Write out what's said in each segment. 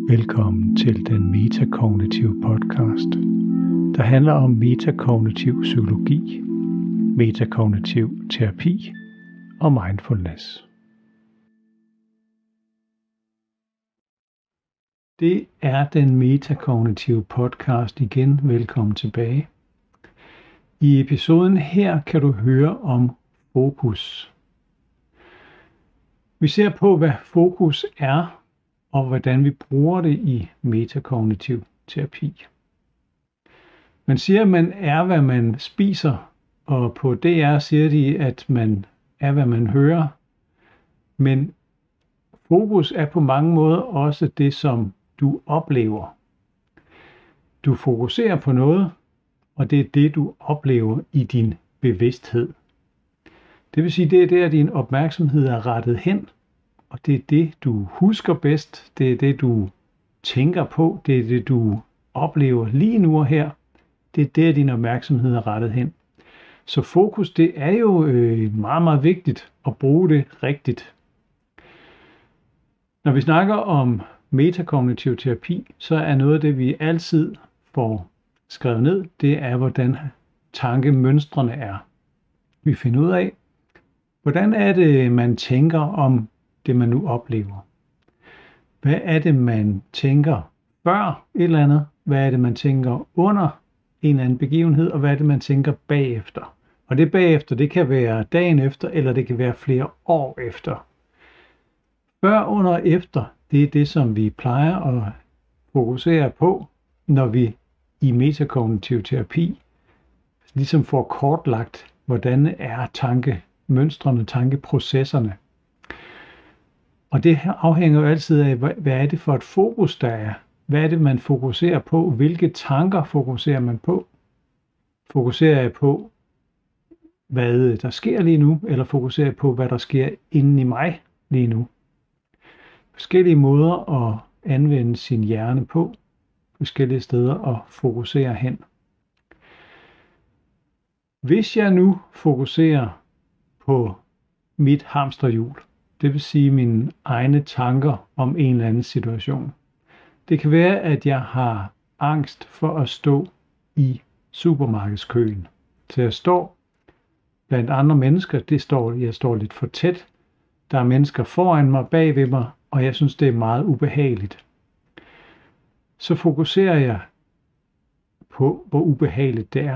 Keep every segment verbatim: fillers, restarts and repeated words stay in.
Velkommen til den metakognitive podcast, der handler om metakognitiv psykologi, metakognitiv terapi og mindfulness. Det er den metakognitive podcast igen. Velkommen tilbage. I episoden her kan du høre om fokus. Vi ser på, hvad fokus er, og hvordan vi bruger det i metakognitiv terapi. Man siger, at man er, hvad man spiser, og på D R siger de, at man er, hvad man hører. Men fokus er på mange måder også det, som du oplever. Du fokuserer på noget, og det er det, du oplever i din bevidsthed. Det vil sige, det er der, din opmærksomhed er rettet hen, og det er det, du husker bedst, det er det, du tænker på, det er det, du oplever lige nu og her. Det er der, din opmærksomhed er rettet hen. Så fokus, det er jo øh, meget, meget vigtigt at bruge det rigtigt. Når vi snakker om metakognitiv terapi, så er noget af det, vi altid får skrevet ned, det er, hvordan tankemønstrene er. Vi finder ud af, hvordan er det, man tænker om det, man nu oplever. Hvad er det, man tænker før et eller andet? Hvad er det, man tænker under en eller anden begivenhed? Og hvad er det, man tænker bagefter? Og det bagefter, det kan være dagen efter, eller det kan være flere år efter. Før, under og efter, det er det, som vi plejer at fokusere på, når vi i metakognitiv terapi ligesom får kortlagt, hvordan er tankemønstrene, tankeprocesserne. Og det afhænger jo altid af, hvad er det for et fokus, der er. Hvad er det, man fokuserer på? Hvilke tanker fokuserer man på? Fokuserer jeg på, hvad der sker lige nu, eller fokuserer jeg på, hvad der sker inde i mig lige nu? Forskellige måder at anvende sin hjerne på, forskellige steder at fokusere hen. Hvis jeg nu fokuserer på mit hamsterhjul, det vil sige mine egne tanker om en eller anden situation. Det kan være, at jeg har angst for at stå i supermarkedskøen. Så jeg står blandt andre mennesker, det står, jeg står lidt for tæt. Der er mennesker foran mig, bag ved mig, og jeg synes, det er meget ubehageligt. Så fokuserer jeg på, hvor ubehageligt det er.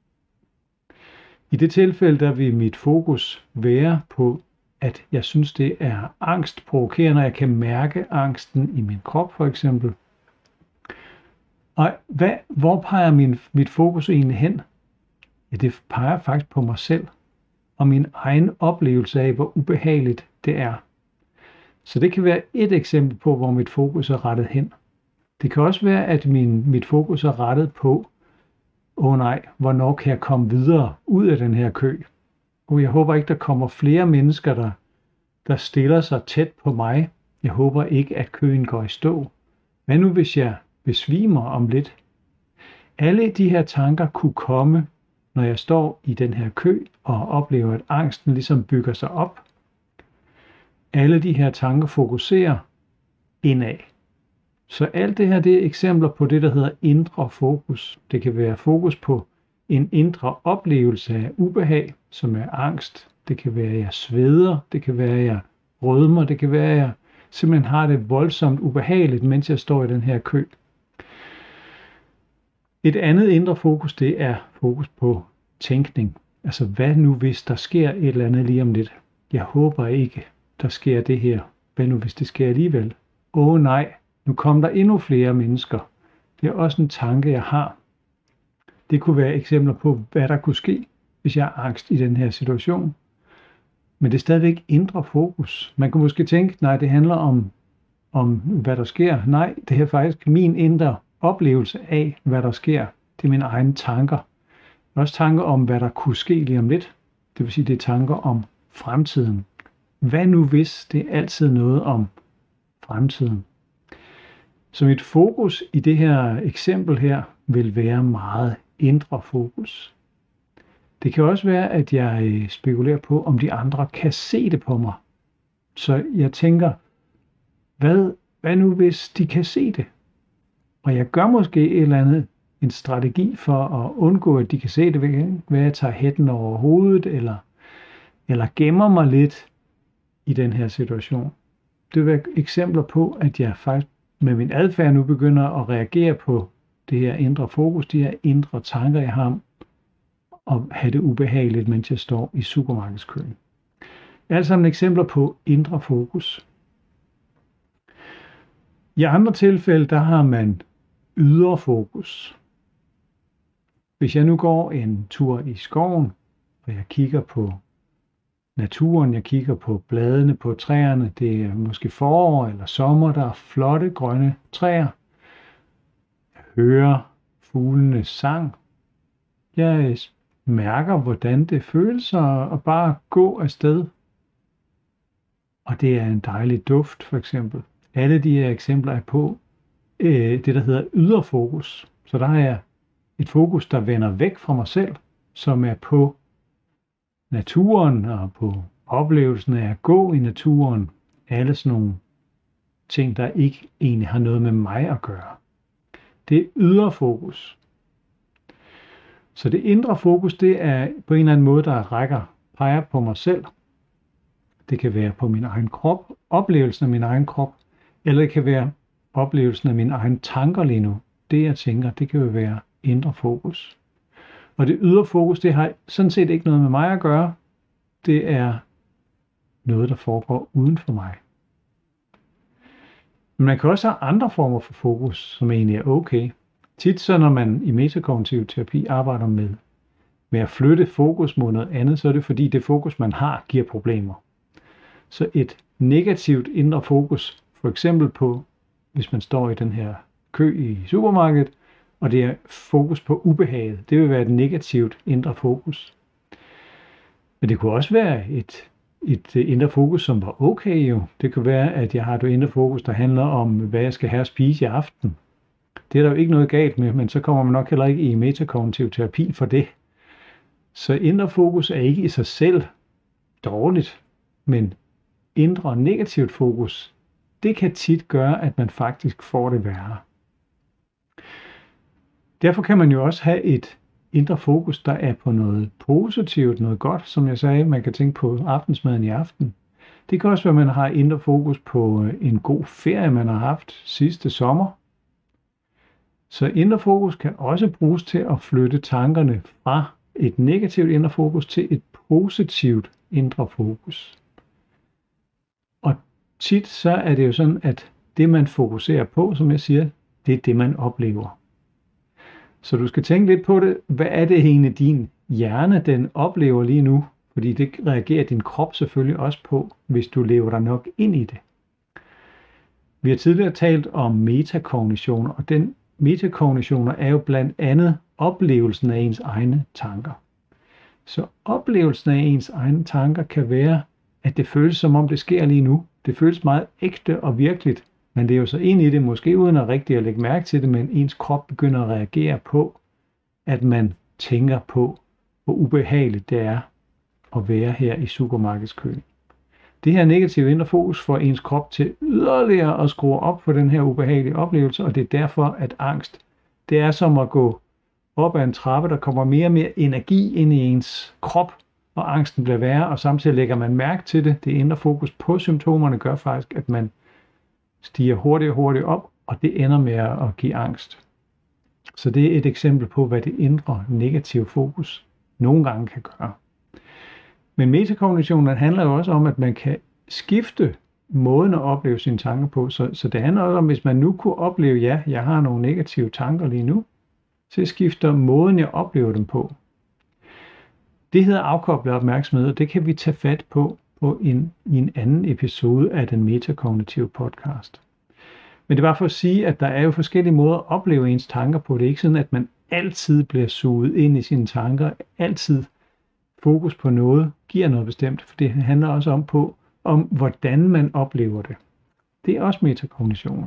I det tilfælde, der vil mit fokus være på, at jeg synes, det er angstprovokerende, og jeg kan mærke angsten i min krop, for eksempel. Og hvad, hvor peger min, mit fokus egentlig hen? Ja, det peger faktisk på mig selv, og min egen oplevelse af, hvor ubehageligt det er. Så det kan være et eksempel på, hvor mit fokus er rettet hen. Det kan også være, at min, mit fokus er rettet på, åh nej, hvornår kan jeg komme videre ud af den her kø? Og jeg håber ikke, der kommer flere mennesker, der, der stiller sig tæt på mig. Jeg håber ikke, at køen går i stå. Hvad nu, hvis jeg besvimer om lidt? Alle de her tanker kunne komme, når jeg står i den her kø og oplever, at angsten ligesom bygger sig op. Alle de her tanker fokuserer indad. Så alt det her, det er eksempler på det, der hedder indre fokus. Det kan være fokus på en indre oplevelse af ubehag, som er angst. Det kan være, at jeg sveder. Det kan være, at jeg rødmer. Det kan være, at jeg simpelthen har det voldsomt ubehageligt, mens jeg står i den her kø. Et andet indre fokus, det er fokus på tænkning. Altså, hvad nu, hvis der sker et eller andet lige om lidt? Jeg håber ikke, der sker det her. Hvad nu, hvis det sker alligevel? Åh nej, nu kommer der endnu flere mennesker. Det er også en tanke, jeg har. Det kunne være eksempler på, hvad der kunne ske, hvis jeg har angst i den her situation. Men det er stadigvæk indre fokus. Man kan måske tænke, nej, det handler om, om hvad der sker. Nej, det er faktisk min indre oplevelse af, hvad der sker. Det er mine egne tanker. Også tanker om, hvad der kunne ske lige om lidt. Det vil sige, det er tanker om fremtiden. Hvad nu hvis? Det er altid noget om fremtiden. Så mit fokus i det her eksempel her vil være meget indre fokus. Det kan også være, at jeg spekulerer på, om de andre kan se det på mig. Så jeg tænker, hvad hvad nu hvis de kan se det? Og jeg gør måske et eller andet, en strategi for at undgå, at de kan se det, ved at jeg tager hætten over hovedet, eller, eller gemmer mig lidt i den her situation. Det vil være eksempler på, at jeg faktisk med min adfærd nu begynder at reagere på det her indre fokus, de her indre tanker, jeg har om at have det ubehageligt, mens jeg står i supermarkedskøen. Alt sammen eksempler på indre fokus. I andre tilfælde, der har man ydre fokus. Hvis jeg nu går en tur i skoven, og jeg kigger på naturen, jeg kigger på bladene på træerne, det er måske forår eller sommer, der er flotte grønne træer. Jeg hører fuglenes sang. Jeg mærker, hvordan det føles at bare gå afsted. Og det er en dejlig duft, for eksempel. Alle de her eksempler er på øh, det, der hedder ydre fokus. Så der har jeg et fokus, der vender væk fra mig selv, som er på naturen og på oplevelsen af at gå i naturen. Alle sådan nogle ting, der ikke egentlig har noget med mig at gøre. Det er ydre fokus. Så det indre fokus, det er på en eller anden måde, der rækker, peger på mig selv. Det kan være på min egen krop, oplevelsen af min egen krop, eller det kan være oplevelsen af mine egne tanker lige nu. Det jeg tænker, det kan jo være indre fokus. Og det ydre fokus, det har sådan set ikke noget med mig at gøre. Det er noget, der foregår uden for mig. Men man kan også have andre former for fokus, som egentlig er okay. Tit så, når man i metakognitiv terapi arbejder med, med at flytte fokus mod noget andet, så er det fordi det fokus, man har, giver problemer. Så et negativt indre fokus, for eksempel på, hvis man står i den her kø i supermarkedet, og det er fokus på ubehaget, det vil være et negativt indre fokus. Men det kunne også være et, et indre fokus, som var okay jo. Det kan være, at jeg har et indre fokus, der handler om, hvad jeg skal have at spise i aften. Det er der jo ikke noget galt med, men så kommer man nok heller ikke i metakognitiv terapi for det. Så indre fokus er ikke i sig selv dårligt, men indre negativt fokus, det kan tit gøre, at man faktisk får det værre. Derfor kan man jo også have et indre fokus, der er på noget positivt, noget godt, som jeg sagde, man kan tænke på aftensmaden i aften. Det kan også være, at man har indre fokus på en god ferie, man har haft sidste sommer. Så indre fokus kan også bruges til at flytte tankerne fra et negativt indre fokus til et positivt indre fokus. Og tit så er det jo sådan, at det man fokuserer på, som jeg siger, det er det man oplever. Så du skal tænke lidt på det. Hvad er det egentlig din hjerne, den oplever lige nu? Fordi det reagerer din krop selvfølgelig også på, hvis du lever dig nok ind i det. Vi har tidligere talt om metakognitioner, og den metakognitioner er jo blandt andet oplevelsen af ens egne tanker. Så oplevelsen af ens egne tanker kan være, at det føles som om det sker lige nu. Det føles meget ægte og virkeligt, men det er jo så ind i det, måske uden at rigtig at lægge mærke til det, men ens krop begynder at reagere på, at man tænker på, hvor ubehageligt det er at være her i supermarkedskøen. Det her negative indre fokus får ens krop til yderligere at skrue op for den her ubehagelige oplevelse, og det er derfor, at angst, det er som at gå op ad en trappe, der kommer mere og mere energi ind i ens krop, og angsten bliver værre, og samtidig lægger man mærke til det. Det indre fokus på symptomerne gør faktisk, at man stiger hurtigt og hurtigt op, og det ender med at give angst. Så det er et eksempel på, hvad det indre negative fokus nogle gange kan gøre. Men metakognitionen handler jo også om, at man kan skifte måden at opleve sine tanker på. Så, så det handler også om, hvis man nu kunne opleve, ja, jeg har nogle negative tanker lige nu, så skifter måden, jeg oplever dem på. Det hedder afkoblet opmærksomhed, og det kan vi tage fat på, på en, i en anden episode af den metakognitive podcast. Men det er bare for at sige, at der er jo forskellige måder at opleve ens tanker på. Det er ikke sådan, at man altid bliver suget ind i sine tanker, altid fokus på noget giver noget bestemt, for det handler også om, på, om hvordan man oplever det. Det er også metakognitioner.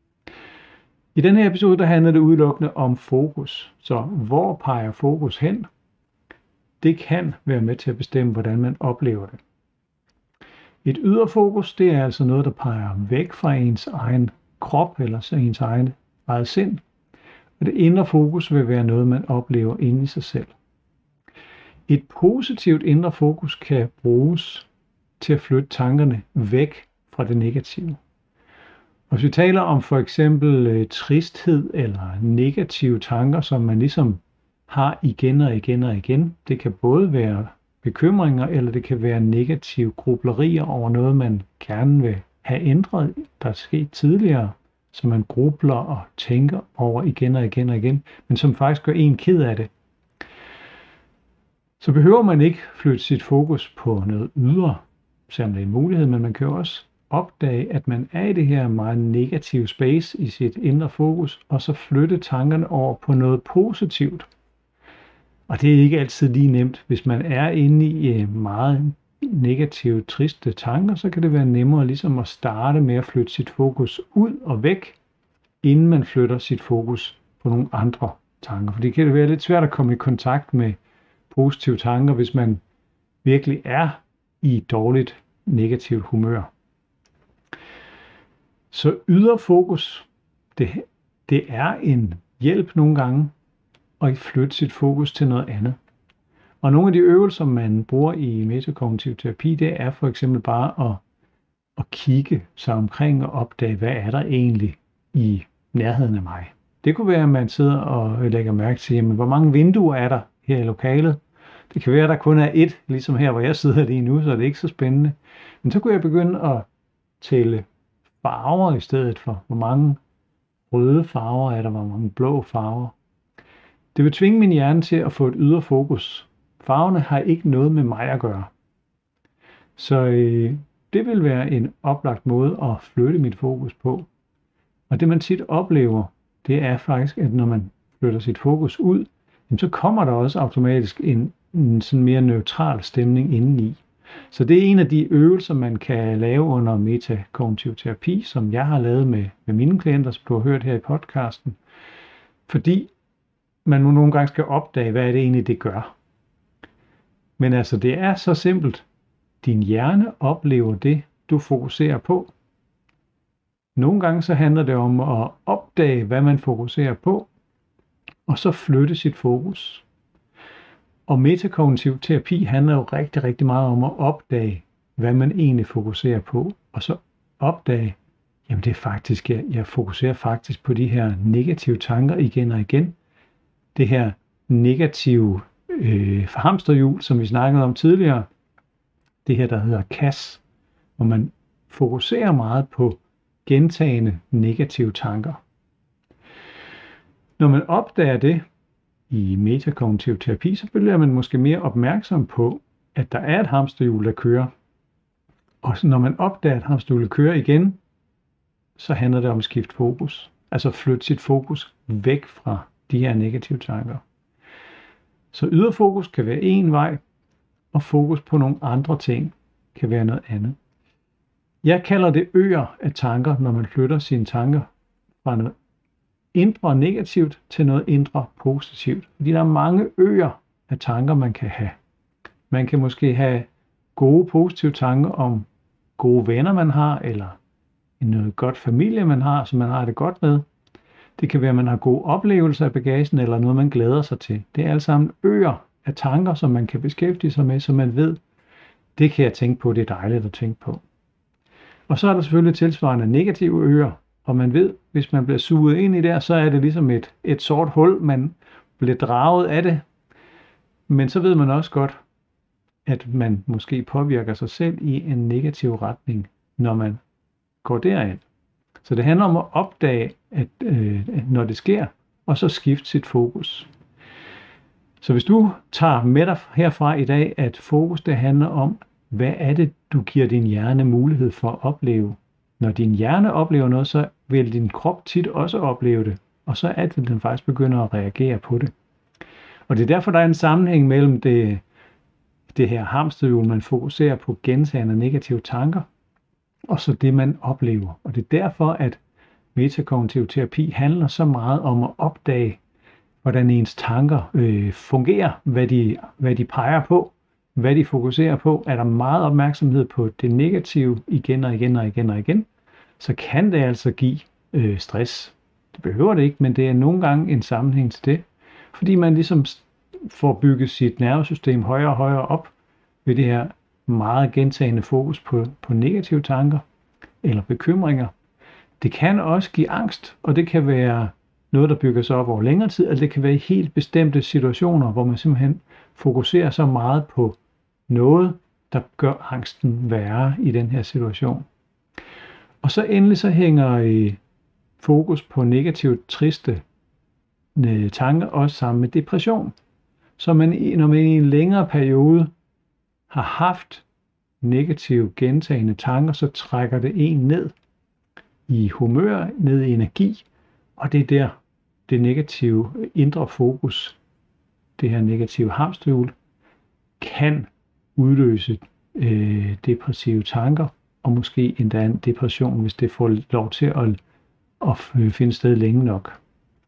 I denne her episode, der handler det udelukkende om fokus. Så hvor peger fokus hen? Det kan være med til at bestemme, hvordan man oplever det. Et ydre fokus, det er altså noget, der peger væk fra ens egen krop eller så ens eget, eget sind. Og det indre fokus vil være noget, man oplever inde i sig selv. Et positivt indre fokus kan bruges til at flytte tankerne væk fra det negative. Og hvis vi taler om for eksempel øh, tristhed eller negative tanker, som man ligesom har igen og igen og igen, det kan både være bekymringer, eller det kan være negative grublerier over noget, man gerne vil have ændret, der er sket tidligere, som man grubler og tænker over igen og igen og igen, men som faktisk gør en ked af det. Så behøver man ikke flytte sit fokus på noget ydre, selvom det er en mulighed, men man kan jo også opdage, at man er i det her meget negative space i sit indre fokus, og så flytte tankerne over på noget positivt. Og det er ikke altid lige nemt. Hvis man er inde i meget negative, triste tanker, så kan det være nemmere ligesom at starte med at flytte sit fokus ud og væk, inden man flytter sit fokus på nogle andre tanker. For det kan være lidt svært at komme i kontakt med positive tanker, hvis man virkelig er i et dårligt, negativt humør. Så ydre fokus, det, det er en hjælp nogle gange at flytte sit fokus til noget andet. Og nogle af de øvelser, man bruger i metakognitiv terapi, det er for eksempel bare at, at kigge sig omkring og opdage, hvad er der egentlig i nærheden af mig. Det kunne være, at man sidder og lægger mærke til, jamen, hvor mange vinduer er der her i lokalet. Det kan være, at der kun er ét, ligesom her, hvor jeg sidder lige nu, så er det ikke så spændende. Men så kunne jeg begynde at tælle farver i stedet for, hvor mange røde farver er der, hvor mange blå farver. Det vil tvinge min hjerne til at få et ydre fokus. Farverne har ikke noget med mig at gøre. Så øh, det vil være en oplagt måde at flytte mit fokus på. Og det man tit oplever, det er faktisk, at når man flytter sit fokus ud, så kommer der også automatisk en, en sådan mere neutral stemning indeni. Så det er en af de øvelser, man kan lave under metakognitiv terapi, som jeg har lavet med, med mine klienter, som du har hørt her i podcasten. Fordi man nu nogle gange skal opdage, hvad er det egentlig, det gør. Men altså, det er så simpelt. Din hjerne oplever det, du fokuserer på. Nogle gange så handler det om at opdage, hvad man fokuserer på, og så flytte sit fokus. Og metakognitiv terapi handler jo rigtig, rigtig meget om at opdage, hvad man egentlig fokuserer på, og så opdage, jamen det er faktisk, jeg, jeg fokuserer faktisk på de her negative tanker igen og igen. Det her negative øh, hamsterhjul, som vi snakkede om tidligere, det her, der hedder C A S, hvor man fokuserer meget på gentagende negative tanker. Når man opdager det i metakognitiv terapi, så bliver man måske mere opmærksom på, at der er et hamsterhjul, der kører. Og når man opdager, at hamsterhjulet kører igen, så handler det om at skifte fokus. Altså flytte sit fokus væk fra de her negative tanker. Så ydre fokus kan være en vej, og fokus på nogle andre ting kan være noget andet. Jeg kalder det øer af tanker, når man flytter sine tanker fra noget indre negativt til noget indre positivt. Fordi der er mange øer af tanker, man kan have. Man kan måske have gode positive tanker om gode venner, man har, eller noget godt familie, man har, som man har det godt med. Det kan være, at man har gode oplevelser af bagagen, eller noget, man glæder sig til. Det er alle sammen øer af tanker, som man kan beskæftige sig med, så man ved, det kan jeg tænke på, det er dejligt at tænke på. Og så er der selvfølgelig tilsvarende negative øer, og man ved, hvis man bliver suget ind i der, så er det ligesom et, et sort hul, man bliver draget af det. Men så ved man også godt, at man måske påvirker sig selv i en negativ retning, når man går derind. Så det handler om at opdage, at, øh, når det sker, og så skifte sit fokus. Så hvis du tager med dig herfra i dag, at fokus det handler om, hvad er det, du giver din hjerne mulighed for at opleve. Når din hjerne oplever noget, så vil din krop tit også opleve det, og så er det, at den faktisk begynder at reagere på det. Og det er derfor, der er en sammenhæng mellem det, det her hamsterhjul, man fokuserer på gentagende negative tanker, og så det, man oplever. Og det er derfor, at metakognitiv terapi handler så meget om at opdage, hvordan ens tanker øh, fungerer, hvad de, hvad de peger på, hvad de fokuserer på. Er der meget opmærksomhed på det negative igen og igen og igen og igen, så kan det altså give øh, stress. Det behøver det ikke, men det er nogle gange en sammenhæng til det, fordi man ligesom får bygget sit nervesystem højere og højere op ved det her meget gentagende fokus på, på negative tanker eller bekymringer. Det kan også give angst, og det kan være noget, der bygger sig op over længere tid, eller det kan være i helt bestemte situationer, hvor man simpelthen fokuserer så meget på noget, der gør angsten værre i den her situation. Og så endelig så hænger øh, fokus på negativt, triste øh, tanker også sammen med depression. Så man, når man i en længere periode har haft negative, gentagende tanker, så trækker det en ned i humør, ned i energi, og det er der, det negative indre fokus, det her negative hamsterhjul, kan udløse øh, depressive tanker, og måske endda en depression, hvis det får lov til at, at finde sted længe nok.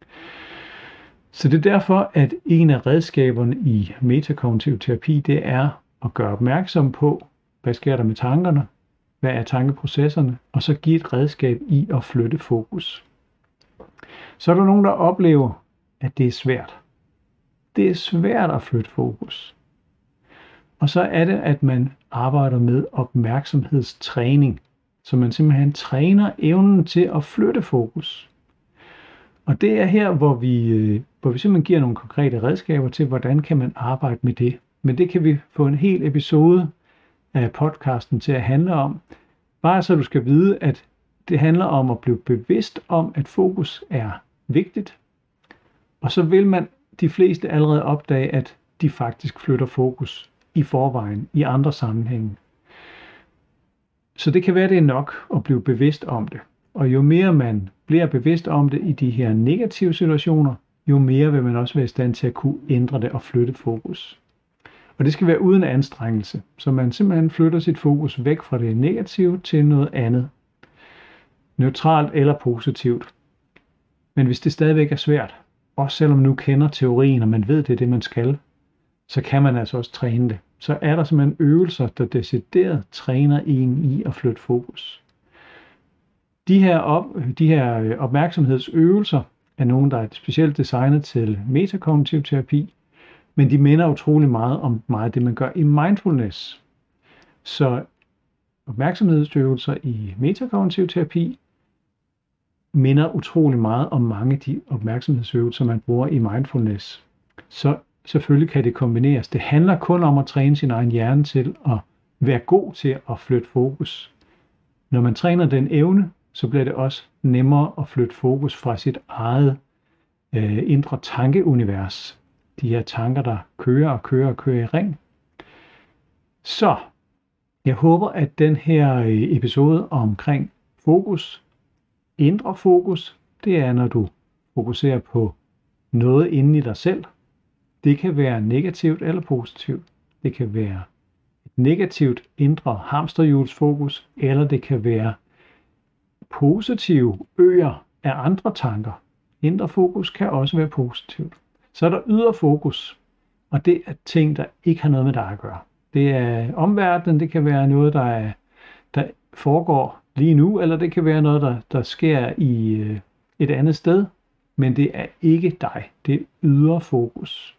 Så det er derfor, at en af redskaberne i metakognitiv terapi, det er at gøre opmærksom på, hvad sker der med tankerne, hvad er tankeprocesserne, og så give et redskab i at flytte fokus. Så er der nogen, der oplever, at det er svært. Det er svært at flytte fokus. Og så er det, at man arbejder med opmærksomhedstræning, så man simpelthen træner evnen til at flytte fokus. Og det er her, hvor vi, hvor vi simpelthen giver nogle konkrete redskaber til, hvordan kan man arbejde med det. Men det kan vi få en hel episode af podcasten til at handle om. Bare så du skal vide, at det handler om at blive bevidst om, at fokus er vigtigt. Og så vil man de fleste allerede opdage, at de faktisk flytter fokus i forvejen, i andre sammenhænge. Så det kan være, det er nok at blive bevidst om det. Og jo mere man bliver bevidst om det i de her negative situationer, jo mere vil man også være i stand til at kunne ændre det og flytte fokus. Og det skal være uden anstrengelse, så man simpelthen flytter sit fokus væk fra det negative til noget andet. Neutralt eller positivt. Men hvis det stadigvæk er svært, også selvom man nu kender teorien, og man ved, det er det, man skal, så kan man altså også træne det. Så er der simpelthen øvelser, der decideret træner en i at flytte fokus. De her, op, de her opmærksomhedsøvelser er nogle, der er specielt designet til metakognitiv terapi, men de minder utrolig meget om meget af det, man gør i mindfulness. Så opmærksomhedsøvelser i metakognitiv terapi minder utrolig meget om mange af de opmærksomhedsøvelser, man bruger i mindfulness. Så selvfølgelig kan det kombineres. Det handler kun om at træne sin egen hjerne til at være god til at flytte fokus. Når man træner den evne, så bliver det også nemmere at flytte fokus fra sit eget øh, indre tankeunivers. De her tanker, der kører og kører og kører i ring. Så jeg håber, at den her episode omkring fokus, indre fokus, det er, når du fokuserer på noget inde i dig selv. Det kan være negativt eller positivt. Det kan være et negativt indre hamsterhjulsfokus, eller det kan være positive øer af andre tanker. Indre fokus kan også være positivt. Så er der ydre fokus, og det er ting, der ikke har noget med dig at gøre. Det er omverdenen, det kan være noget, der, er, der foregår lige nu, eller det kan være noget, der, der sker i øh, et andet sted, men det er ikke dig. Det er ydre fokus.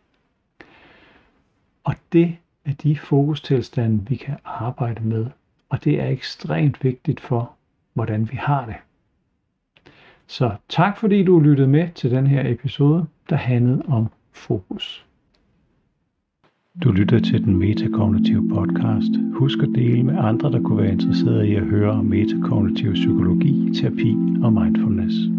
Og det er de fokustilstande, vi kan arbejde med, og det er ekstremt vigtigt for, hvordan vi har det. Så tak fordi du lyttede med til den her episode, der handlede om fokus. Du lytter til den metakognitive podcast. Husk at dele med andre, der kunne være interesserede i at høre om metakognitiv psykologi, terapi og mindfulness.